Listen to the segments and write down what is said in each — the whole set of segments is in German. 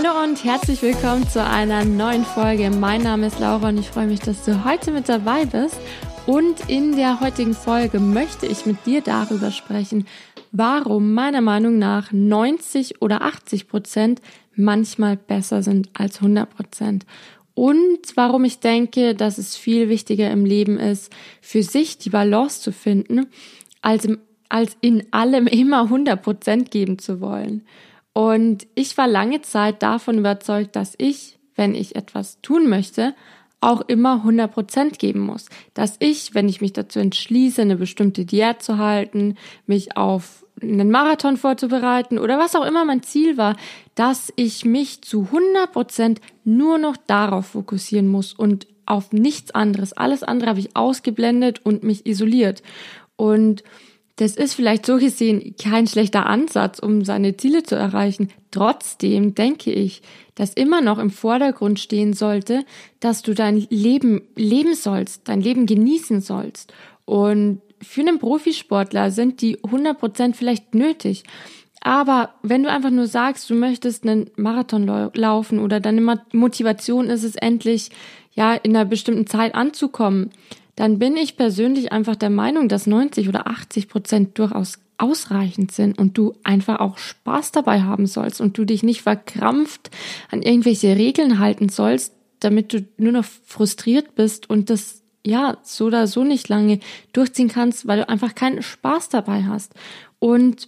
Hallo und herzlich willkommen zu einer neuen Folge. Mein Name ist Laura und ich freue mich, dass du heute mit dabei bist. Und in der heutigen Folge möchte ich mit dir darüber sprechen, warum meiner Meinung nach 90 oder 80% manchmal besser sind als 100%. Und warum ich denke, dass es viel wichtiger im Leben ist, für sich die Balance zu finden, als in allem immer 100% geben zu wollen. Und ich war lange Zeit davon überzeugt, dass ich, wenn ich etwas tun möchte, auch immer 100% geben muss. Dass ich, wenn ich mich dazu entschließe, eine bestimmte Diät zu halten, mich auf einen Marathon vorzubereiten oder was auch immer mein Ziel war, dass ich mich zu 100% nur noch darauf fokussieren muss und auf nichts anderes. Alles andere habe ich ausgeblendet und mich isoliert. Und das ist vielleicht so gesehen kein schlechter Ansatz, um seine Ziele zu erreichen. Trotzdem denke ich, dass immer noch im Vordergrund stehen sollte, dass du dein Leben leben sollst, dein Leben genießen sollst. Und für einen Profisportler sind die 100% vielleicht nötig. Aber wenn du einfach nur sagst, du möchtest einen Marathon laufen oder deine Motivation ist es endlich, ja, in einer bestimmten Zeit anzukommen, dann bin ich persönlich einfach der Meinung, dass 90 oder 80% durchaus ausreichend sind und du einfach auch Spaß dabei haben sollst und du dich nicht verkrampft an irgendwelche Regeln halten sollst, damit du nur noch frustriert bist und das ja so oder so nicht lange durchziehen kannst, weil du einfach keinen Spaß dabei hast. Und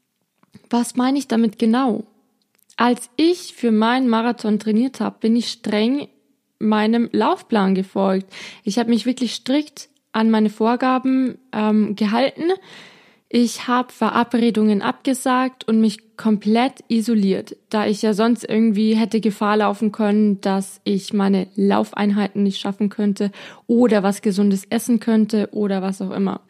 was meine ich damit genau? Als ich für meinen Marathon trainiert habe, bin ich streng meinem Laufplan gefolgt. Ich habe mich wirklich strikt an meine Vorgaben gehalten. Ich habe Verabredungen abgesagt und mich komplett isoliert, da ich ja sonst irgendwie hätte Gefahr laufen können, dass ich meine Laufeinheiten nicht schaffen könnte oder was Gesundes essen könnte oder was auch immer.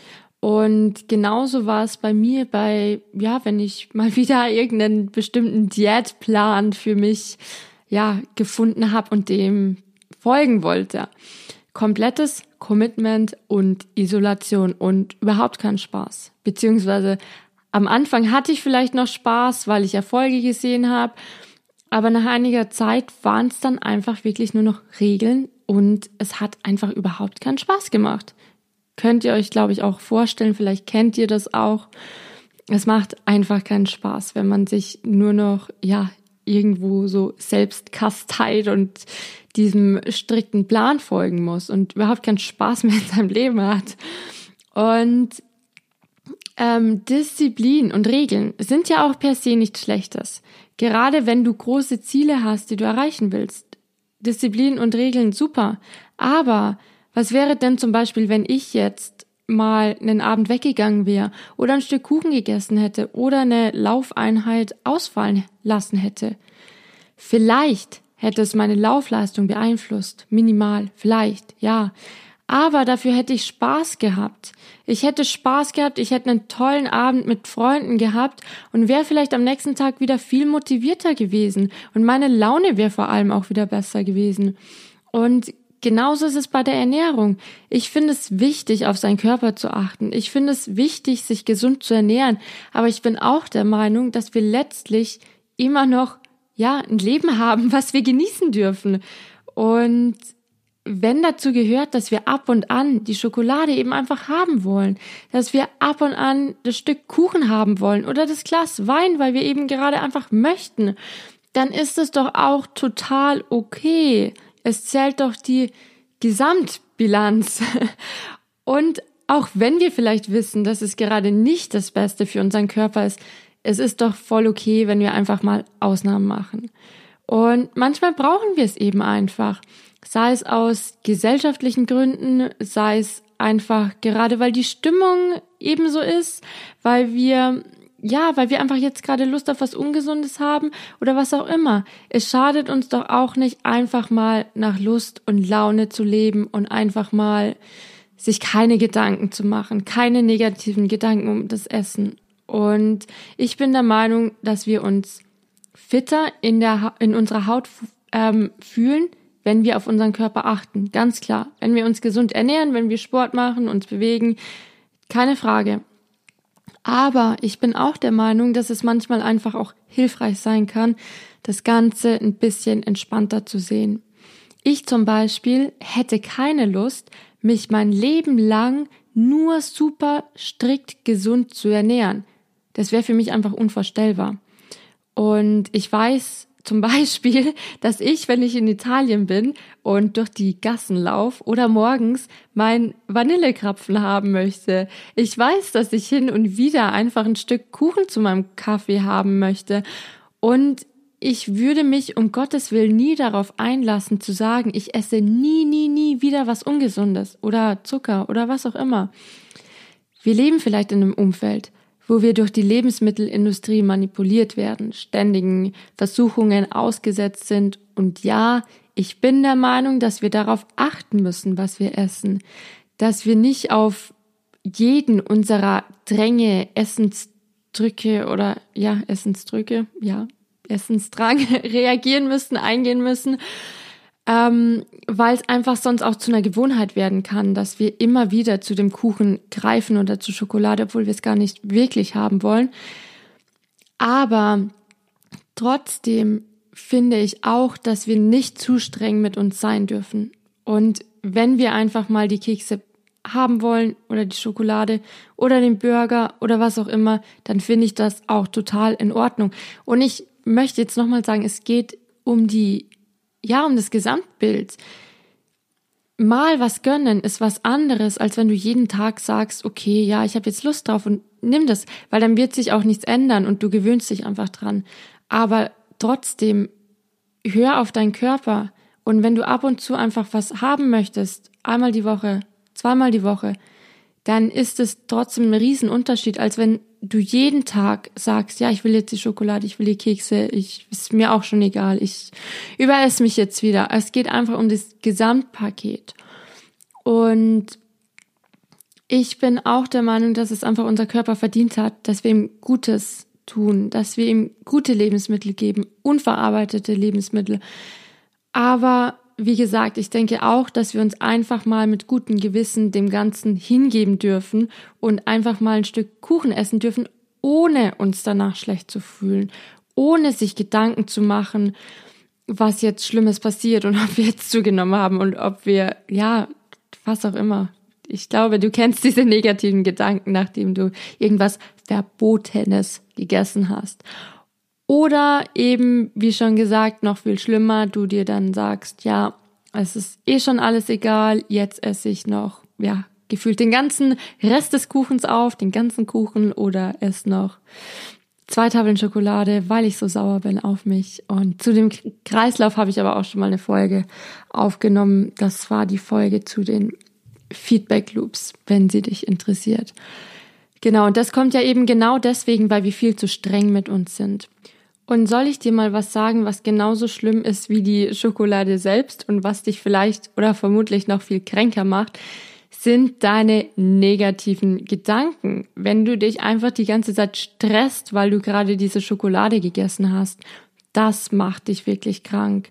Und genauso war es bei mir wenn ich mal wieder irgendeinen bestimmten Diätplan für mich gefunden habe und dem folgen wollte. Komplettes Commitment und Isolation und überhaupt keinen Spaß. Beziehungsweise am Anfang hatte ich vielleicht noch Spaß, weil ich Erfolge gesehen habe, aber nach einiger Zeit waren es dann einfach wirklich nur noch Regeln und es hat einfach überhaupt keinen Spaß gemacht. Könnt ihr euch, glaube ich, auch vorstellen, vielleicht kennt ihr das auch. Es macht einfach keinen Spaß, wenn man sich nur noch, irgendwo so selbst kasteit und diesem strikten Plan folgen muss und überhaupt keinen Spaß mehr in seinem Leben hat. Und Disziplin und Regeln sind ja auch per se nichts Schlechtes. Gerade wenn du große Ziele hast, die du erreichen willst. Disziplin und Regeln, super. Aber was wäre denn zum Beispiel, wenn ich jetzt mal einen Abend weggegangen wäre oder ein Stück Kuchen gegessen hätte oder eine Laufeinheit ausfallen lassen hätte? Vielleicht hätte es meine Laufleistung beeinflusst, minimal, vielleicht, ja. Aber dafür hätte ich Spaß gehabt. Ich hätte Spaß gehabt, ich hätte einen tollen Abend mit Freunden gehabt und wäre vielleicht am nächsten Tag wieder viel motivierter gewesen und meine Laune wäre vor allem auch wieder besser gewesen. Und genauso ist es bei der Ernährung. Ich finde es wichtig, auf seinen Körper zu achten. Ich finde es wichtig, sich gesund zu ernähren. Aber ich bin auch der Meinung, dass wir letztlich immer noch, ein Leben haben, was wir genießen dürfen. Und wenn dazu gehört, dass wir ab und an die Schokolade eben einfach haben wollen, dass wir ab und an das Stück Kuchen haben wollen oder das Glas Wein, weil wir eben gerade einfach möchten, dann ist es doch auch total okay. Es zählt doch die Gesamtbilanz. Und auch wenn wir vielleicht wissen, dass es gerade nicht das Beste für unseren Körper ist, es ist doch voll okay, wenn wir einfach mal Ausnahmen machen. Und manchmal brauchen wir es eben einfach. Sei es aus gesellschaftlichen Gründen, sei es einfach gerade, weil die Stimmung eben so ist, weil wir einfach jetzt gerade Lust auf was Ungesundes haben oder was auch immer. Es schadet uns doch auch nicht, einfach mal nach Lust und Laune zu leben und einfach mal sich keine Gedanken zu machen, keine negativen Gedanken um das Essen. Und ich bin der Meinung, dass wir uns fitter in unserer Haut fühlen, wenn wir auf unseren Körper achten. Ganz klar. Wenn wir uns gesund ernähren, wenn wir Sport machen, uns bewegen, keine Frage. Aber ich bin auch der Meinung, dass es manchmal einfach auch hilfreich sein kann, das Ganze ein bisschen entspannter zu sehen. Ich zum Beispiel hätte keine Lust, mich mein Leben lang nur super strikt gesund zu ernähren. Das wäre für mich einfach unvorstellbar. Und ich weiß zum Beispiel, dass ich, wenn ich in Italien bin und durch die Gassen laufe oder morgens mein Vanillekrapfen haben möchte. Ich weiß, dass ich hin und wieder einfach ein Stück Kuchen zu meinem Kaffee haben möchte. Und ich würde mich um Gottes Willen nie darauf einlassen zu sagen, ich esse nie wieder was Ungesundes oder Zucker oder was auch immer. Wir leben vielleicht in einem Umfeld, wo wir durch die Lebensmittelindustrie manipuliert werden, ständigen Versuchungen ausgesetzt sind. Und ja, ich bin der Meinung, dass wir darauf achten müssen, was wir essen. Dass wir nicht auf jeden unserer Dränge, Essensdrang reagieren müssen, eingehen müssen, weil es einfach sonst auch zu einer Gewohnheit werden kann, dass wir immer wieder zu dem Kuchen greifen oder zur Schokolade, obwohl wir es gar nicht wirklich haben wollen. Aber trotzdem finde ich auch, dass wir nicht zu streng mit uns sein dürfen. Und wenn wir einfach mal die Kekse haben wollen oder die Schokolade oder den Burger oder was auch immer, dann finde ich das auch total in Ordnung. Und ich möchte jetzt nochmal sagen, es geht um das Gesamtbild. Mal was gönnen ist was anderes, als wenn du jeden Tag sagst, okay, ja, ich habe jetzt Lust drauf und nimm das, weil dann wird sich auch nichts ändern und du gewöhnst dich einfach dran. Aber trotzdem, hör auf deinen Körper und wenn du ab und zu einfach was haben möchtest, einmal die Woche, zweimal die Woche, dann ist es trotzdem ein Riesenunterschied, als wenn du jeden Tag sagst, ja, ich will jetzt die Schokolade, ich will die Kekse, ist mir auch schon egal, ich überesse mich jetzt wieder. Es geht einfach um das Gesamtpaket. Und ich bin auch der Meinung, dass es einfach unser Körper verdient hat, dass wir ihm Gutes tun, dass wir ihm gute Lebensmittel geben, unverarbeitete Lebensmittel. Aber wie gesagt, ich denke auch, dass wir uns einfach mal mit gutem Gewissen dem Ganzen hingeben dürfen und einfach mal ein Stück Kuchen essen dürfen, ohne uns danach schlecht zu fühlen, ohne sich Gedanken zu machen, was jetzt Schlimmes passiert und ob wir jetzt zugenommen haben und ob wir, ja, was auch immer. Ich glaube, du kennst diese negativen Gedanken, nachdem du irgendwas Verbotenes gegessen hast. Oder eben, wie schon gesagt, noch viel schlimmer, du dir dann sagst, ja, es ist eh schon alles egal, jetzt esse ich noch, ja, gefühlt den ganzen Rest des Kuchens auf, den ganzen Kuchen oder esse noch 2 Tafeln Schokolade, weil ich so sauer bin auf mich. Und zu dem Kreislauf habe ich aber auch schon mal eine Folge aufgenommen. Das war die Folge zu den Feedback Loops, wenn sie dich interessiert. Genau, und das kommt ja eben genau deswegen, weil wir viel zu streng mit uns sind. Und soll ich dir mal was sagen, was genauso schlimm ist wie die Schokolade selbst und was dich vielleicht oder vermutlich noch viel kränker macht, sind deine negativen Gedanken. Wenn du dich einfach die ganze Zeit stresst, weil du gerade diese Schokolade gegessen hast, das macht dich wirklich krank.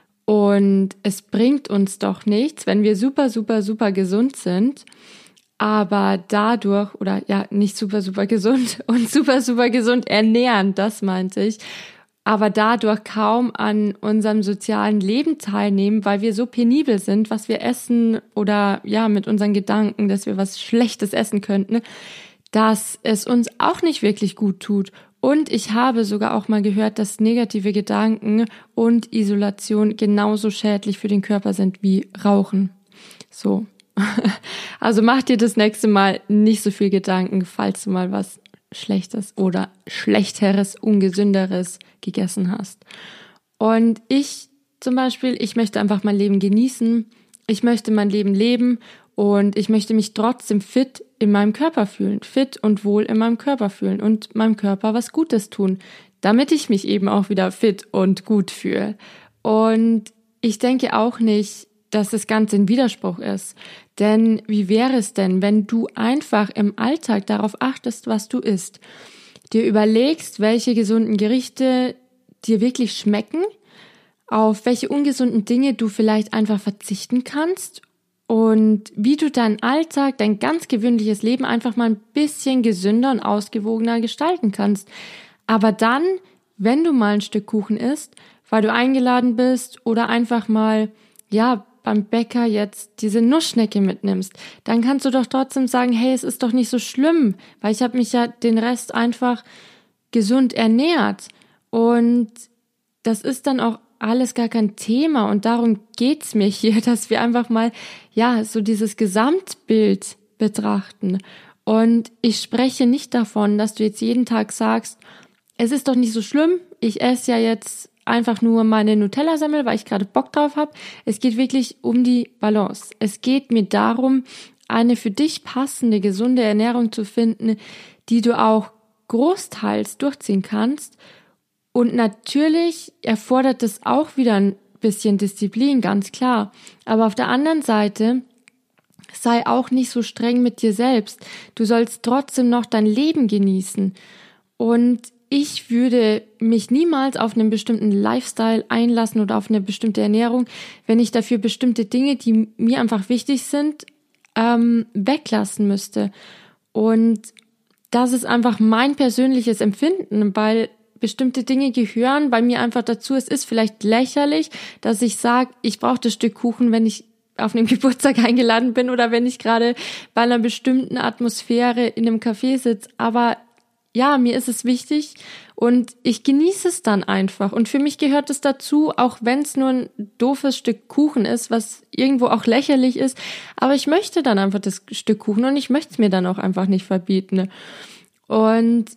Und es bringt uns doch nichts, wenn wir super gesund sind, aber dadurch, oder ja, nicht super gesund und super gesund ernähren, das meinte ich, aber dadurch kaum an unserem sozialen Leben teilnehmen, weil wir so penibel sind, was wir essen oder ja, mit unseren Gedanken, dass wir was Schlechtes essen könnten, dass es uns auch nicht wirklich gut tut. Und ich habe sogar auch mal gehört, dass negative Gedanken und Isolation genauso schädlich für den Körper sind wie Rauchen. So. Also mach dir das nächste Mal nicht so viel Gedanken, falls du mal was Schlechtes oder Schlechteres, Ungesünderes gegessen hast. Und ich zum Beispiel, ich möchte einfach mein Leben genießen, ich möchte mein Leben leben und ich möchte mich trotzdem fit in meinem Körper fühlen, fit und wohl in meinem Körper fühlen und meinem Körper was Gutes tun, damit ich mich eben auch wieder fit und gut fühle. Und ich denke auch nicht, dass das Ganze ein Widerspruch ist. Denn wie wäre es denn, wenn du einfach im Alltag darauf achtest, was du isst, dir überlegst, welche gesunden Gerichte dir wirklich schmecken, auf welche ungesunden Dinge du vielleicht einfach verzichten kannst und wie du deinen Alltag, dein ganz gewöhnliches Leben einfach mal ein bisschen gesünder und ausgewogener gestalten kannst. Aber dann, wenn du mal ein Stück Kuchen isst, weil du eingeladen bist oder einfach mal, beim Bäcker jetzt diese Nussschnecke mitnimmst, dann kannst du doch trotzdem sagen, hey, es ist doch nicht so schlimm, weil ich habe mich ja den Rest einfach gesund ernährt. Und das ist dann auch alles gar kein Thema und darum geht's mir hier, dass wir einfach mal, so dieses Gesamtbild betrachten. Und ich spreche nicht davon, dass du jetzt jeden Tag sagst, es ist doch nicht so schlimm, ich esse ja jetzt einfach nur meine Nutella-Semmel, weil ich gerade Bock drauf habe. Es geht wirklich um die Balance. Es geht mir darum, eine für dich passende, gesunde Ernährung zu finden, die du auch großteils durchziehen kannst. Und natürlich erfordert es auch wieder ein bisschen Disziplin, ganz klar. Aber auf der anderen Seite sei auch nicht so streng mit dir selbst. Du sollst trotzdem noch dein Leben genießen. Und ich würde mich niemals auf einen bestimmten Lifestyle einlassen oder auf eine bestimmte Ernährung, wenn ich dafür bestimmte Dinge, die mir einfach wichtig sind, weglassen müsste. Und das ist einfach mein persönliches Empfinden, weil bestimmte Dinge gehören bei mir einfach dazu. Es ist vielleicht lächerlich, dass ich sage, ich brauche das Stück Kuchen, wenn ich auf einem Geburtstag eingeladen bin oder wenn ich gerade bei einer bestimmten Atmosphäre in einem Café sitze. Aber mir ist es wichtig und ich genieße es dann einfach. Und für mich gehört es dazu, auch wenn es nur ein doofes Stück Kuchen ist, was irgendwo auch lächerlich ist. Aber ich möchte dann einfach das Stück Kuchen und ich möchte es mir dann auch einfach nicht verbieten. Und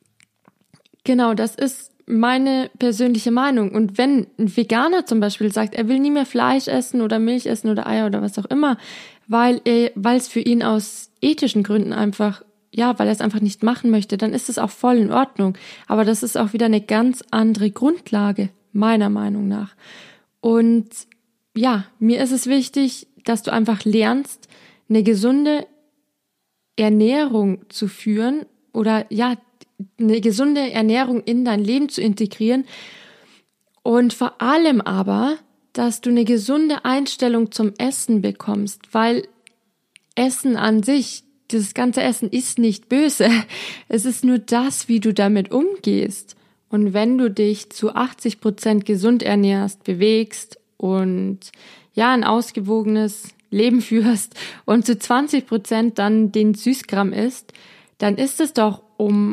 genau, das ist meine persönliche Meinung. Und wenn ein Veganer zum Beispiel sagt, er will nie mehr Fleisch essen oder Milch essen oder Eier oder was auch immer, weil es für ihn aus ethischen Gründen einfach weil er es einfach nicht machen möchte, dann ist es auch voll in Ordnung. Aber das ist auch wieder eine ganz andere Grundlage, meiner Meinung nach. Und mir ist es wichtig, dass du einfach lernst, eine gesunde Ernährung zu führen oder eine gesunde Ernährung in dein Leben zu integrieren. Und vor allem aber, dass du eine gesunde Einstellung zum Essen bekommst, weil Essen an sich, dieses ganze Essen ist nicht böse. Es ist nur das, wie du damit umgehst. Und wenn du dich zu 80% gesund ernährst, bewegst und ein ausgewogenes Leben führst und zu 20% dann den Süßkram isst, dann ist es doch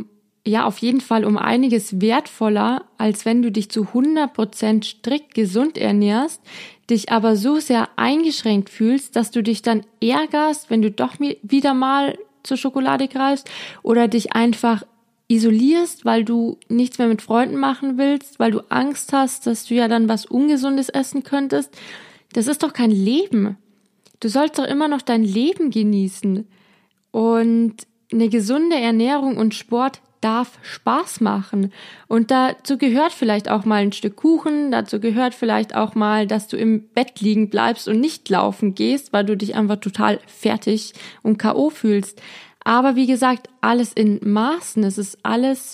auf jeden Fall um einiges wertvoller, als wenn du dich zu 100% strikt gesund ernährst, dich aber so sehr eingeschränkt fühlst, dass du dich dann ärgerst, wenn du doch wieder mal zur Schokolade greifst oder dich einfach isolierst, weil du nichts mehr mit Freunden machen willst, weil du Angst hast, dass du ja dann was Ungesundes essen könntest. Das ist doch kein Leben. Du sollst doch immer noch dein Leben genießen. Und eine gesunde Ernährung und Sport darf Spaß machen. Und dazu gehört vielleicht auch mal ein Stück Kuchen, dazu gehört vielleicht auch mal, dass du im Bett liegen bleibst und nicht laufen gehst, weil du dich einfach total fertig und K.O. fühlst. Aber wie gesagt, alles in Maßen. Es ist alles,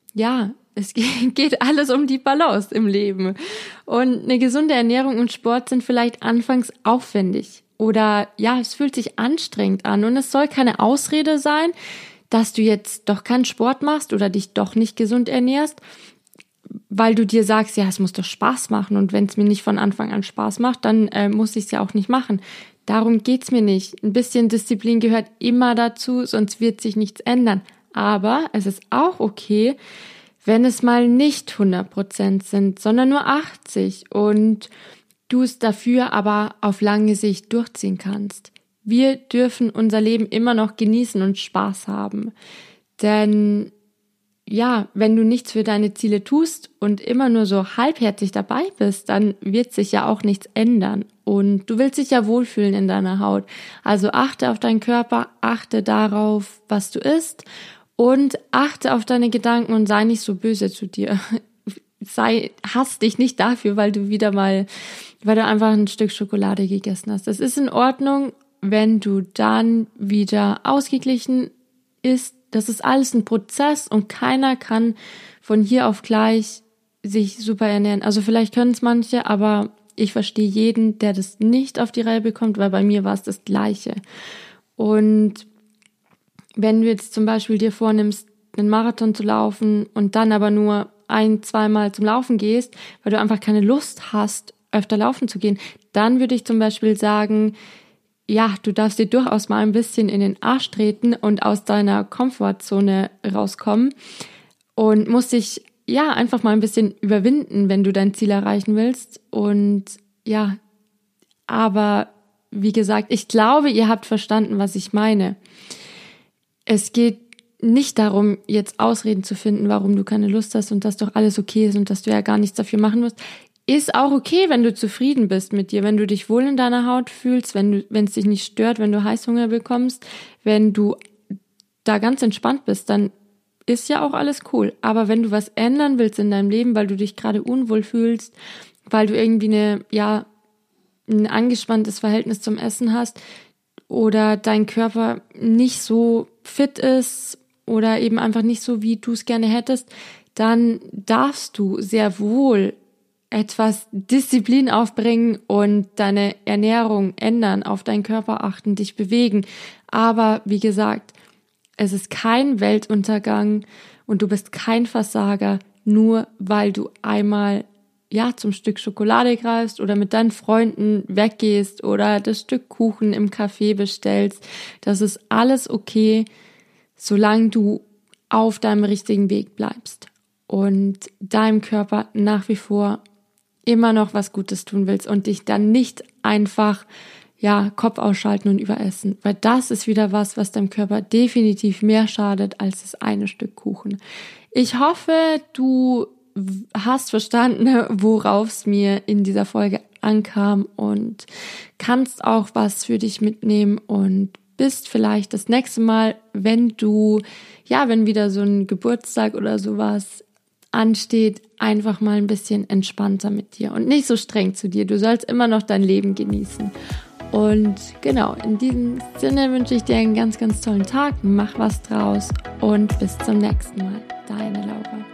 es geht alles um die Balance im Leben. Und eine gesunde Ernährung und Sport sind vielleicht anfangs aufwendig. Oder es fühlt sich anstrengend an. Und es soll keine Ausrede sein, dass du jetzt doch keinen Sport machst oder dich doch nicht gesund ernährst, weil du dir sagst, es muss doch Spaß machen und wenn es mir nicht von Anfang an Spaß macht, dann muss ich es ja auch nicht machen. Darum geht's mir nicht. Ein bisschen Disziplin gehört immer dazu, sonst wird sich nichts ändern. Aber es ist auch okay, wenn es mal nicht 100% sind, sondern nur 80 und du es dafür aber auf lange Sicht durchziehen kannst. Wir dürfen unser Leben immer noch genießen und Spaß haben. Denn wenn du nichts für deine Ziele tust und immer nur so halbherzig dabei bist, dann wird sich ja auch nichts ändern. Und du willst dich ja wohlfühlen in deiner Haut. Also achte auf deinen Körper, achte darauf, was du isst und achte auf deine Gedanken und sei nicht so böse zu dir. Hass dich nicht dafür, weil du einfach ein Stück Schokolade gegessen hast. Das ist in Ordnung, wenn du dann wieder ausgeglichen isst. Das ist alles ein Prozess und keiner kann von hier auf gleich sich super ernähren. Also vielleicht können es manche, aber ich verstehe jeden, der das nicht auf die Reihe bekommt, weil bei mir war es das Gleiche. Und wenn du jetzt zum Beispiel dir vornimmst, einen Marathon zu laufen und dann aber nur 1-2 Mal zum Laufen gehst, weil du einfach keine Lust hast, öfter laufen zu gehen, dann würde ich zum Beispiel sagen, ja, du darfst dir durchaus mal ein bisschen in den Arsch treten und aus deiner Komfortzone rauskommen und musst dich ja einfach mal ein bisschen überwinden, wenn du dein Ziel erreichen willst. Und ja, aber wie gesagt, ich glaube, ihr habt verstanden, was ich meine. Es geht nicht darum, jetzt Ausreden zu finden, warum du keine Lust hast und dass doch alles okay ist und dass du ja gar nichts dafür machen musst. Ist auch okay, wenn du zufrieden bist mit dir, wenn du dich wohl in deiner Haut fühlst, wenn es dich nicht stört, wenn du Heißhunger bekommst, wenn du da ganz entspannt bist, dann ist ja auch alles cool. Aber wenn du was ändern willst in deinem Leben, weil du dich gerade unwohl fühlst, weil du irgendwie ein angespanntes Verhältnis zum Essen hast oder dein Körper nicht so fit ist oder eben einfach nicht so, wie du es gerne hättest, dann darfst du sehr wohl etwas Disziplin aufbringen und deine Ernährung ändern, auf deinen Körper achten, dich bewegen. Aber wie gesagt, es ist kein Weltuntergang und du bist kein Versager, nur weil du einmal zum Stück Schokolade greifst oder mit deinen Freunden weggehst oder das Stück Kuchen im Café bestellst. Das ist alles okay, solange du auf deinem richtigen Weg bleibst und deinem Körper nach wie vor immer noch was Gutes tun willst und dich dann nicht einfach Kopf ausschalten und überessen, weil das ist wieder was deinem Körper definitiv mehr schadet als das eine Stück Kuchen. Ich hoffe, du hast verstanden, worauf es mir in dieser Folge ankam und kannst auch was für dich mitnehmen und bist vielleicht das nächste Mal, wenn wieder so ein Geburtstag oder sowas ansteht, einfach mal ein bisschen entspannter mit dir und nicht so streng zu dir. Du sollst immer noch dein Leben genießen. Und genau, in diesem Sinne wünsche ich dir einen ganz, ganz tollen Tag. Mach was draus und bis zum nächsten Mal. Deine Laura.